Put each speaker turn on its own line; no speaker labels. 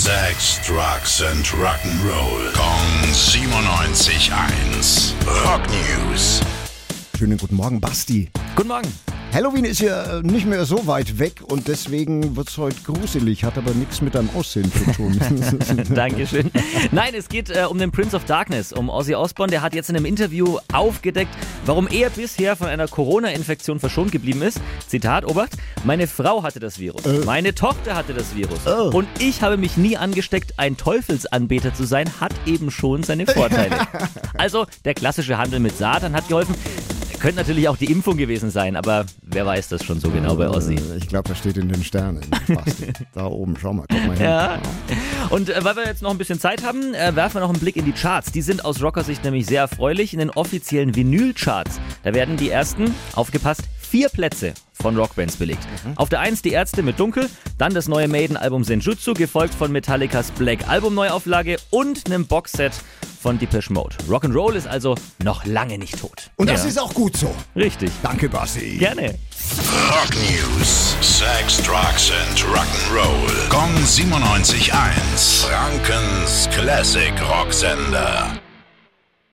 Sex, Drugs and Rock'n'Roll. Kong 97.1. Rock News.
Schönen guten Morgen, Basti.
Guten Morgen.
Halloween ist ja nicht mehr so weit weg und deswegen wird es heute gruselig, hat aber nichts mit deinem Aussehen zu tun.
Dankeschön. Nein, es geht um den Prince of Darkness, um Ozzy Osbourne. Der hat jetzt in einem Interview aufgedeckt, warum er bisher von einer Corona-Infektion verschont geblieben ist. Zitat, Obacht: Meine Frau hatte das Virus, meine Tochter hatte das Virus und ich habe mich nie angesteckt. Ein Teufelsanbeter zu sein, hat eben schon seine Vorteile. Also, der klassische Handel mit Satan hat geholfen. Könnte natürlich auch die Impfung gewesen sein, aber wer weiß das schon so genau bei Ozzy.
Ich glaube, das steht in den Sternen. Basti. Da oben, schau mal, guck mal hin.
Ja. Und weil wir jetzt noch ein bisschen Zeit haben, werfen wir noch einen Blick in die Charts. Die sind aus Rockersicht nämlich sehr erfreulich. In den offiziellen Vinyl-Charts, da werden die ersten, aufgepasst, 4 Plätze von Rockbands belegt. Auf der 1 die Ärzte mit Dunkel, dann das neue Maiden-Album Senjutsu, gefolgt von Metallicas Black Album-Neuauflage und einem Boxset von Depeche Mode. Rock'n'Roll ist also noch lange nicht tot.
Und das ist auch gut so.
Richtig.
Danke, Basti.
Gerne.
Rock News. Sex, Drugs and Rock'n'Roll. Kong 97.1. Frankens Classic Rocksender.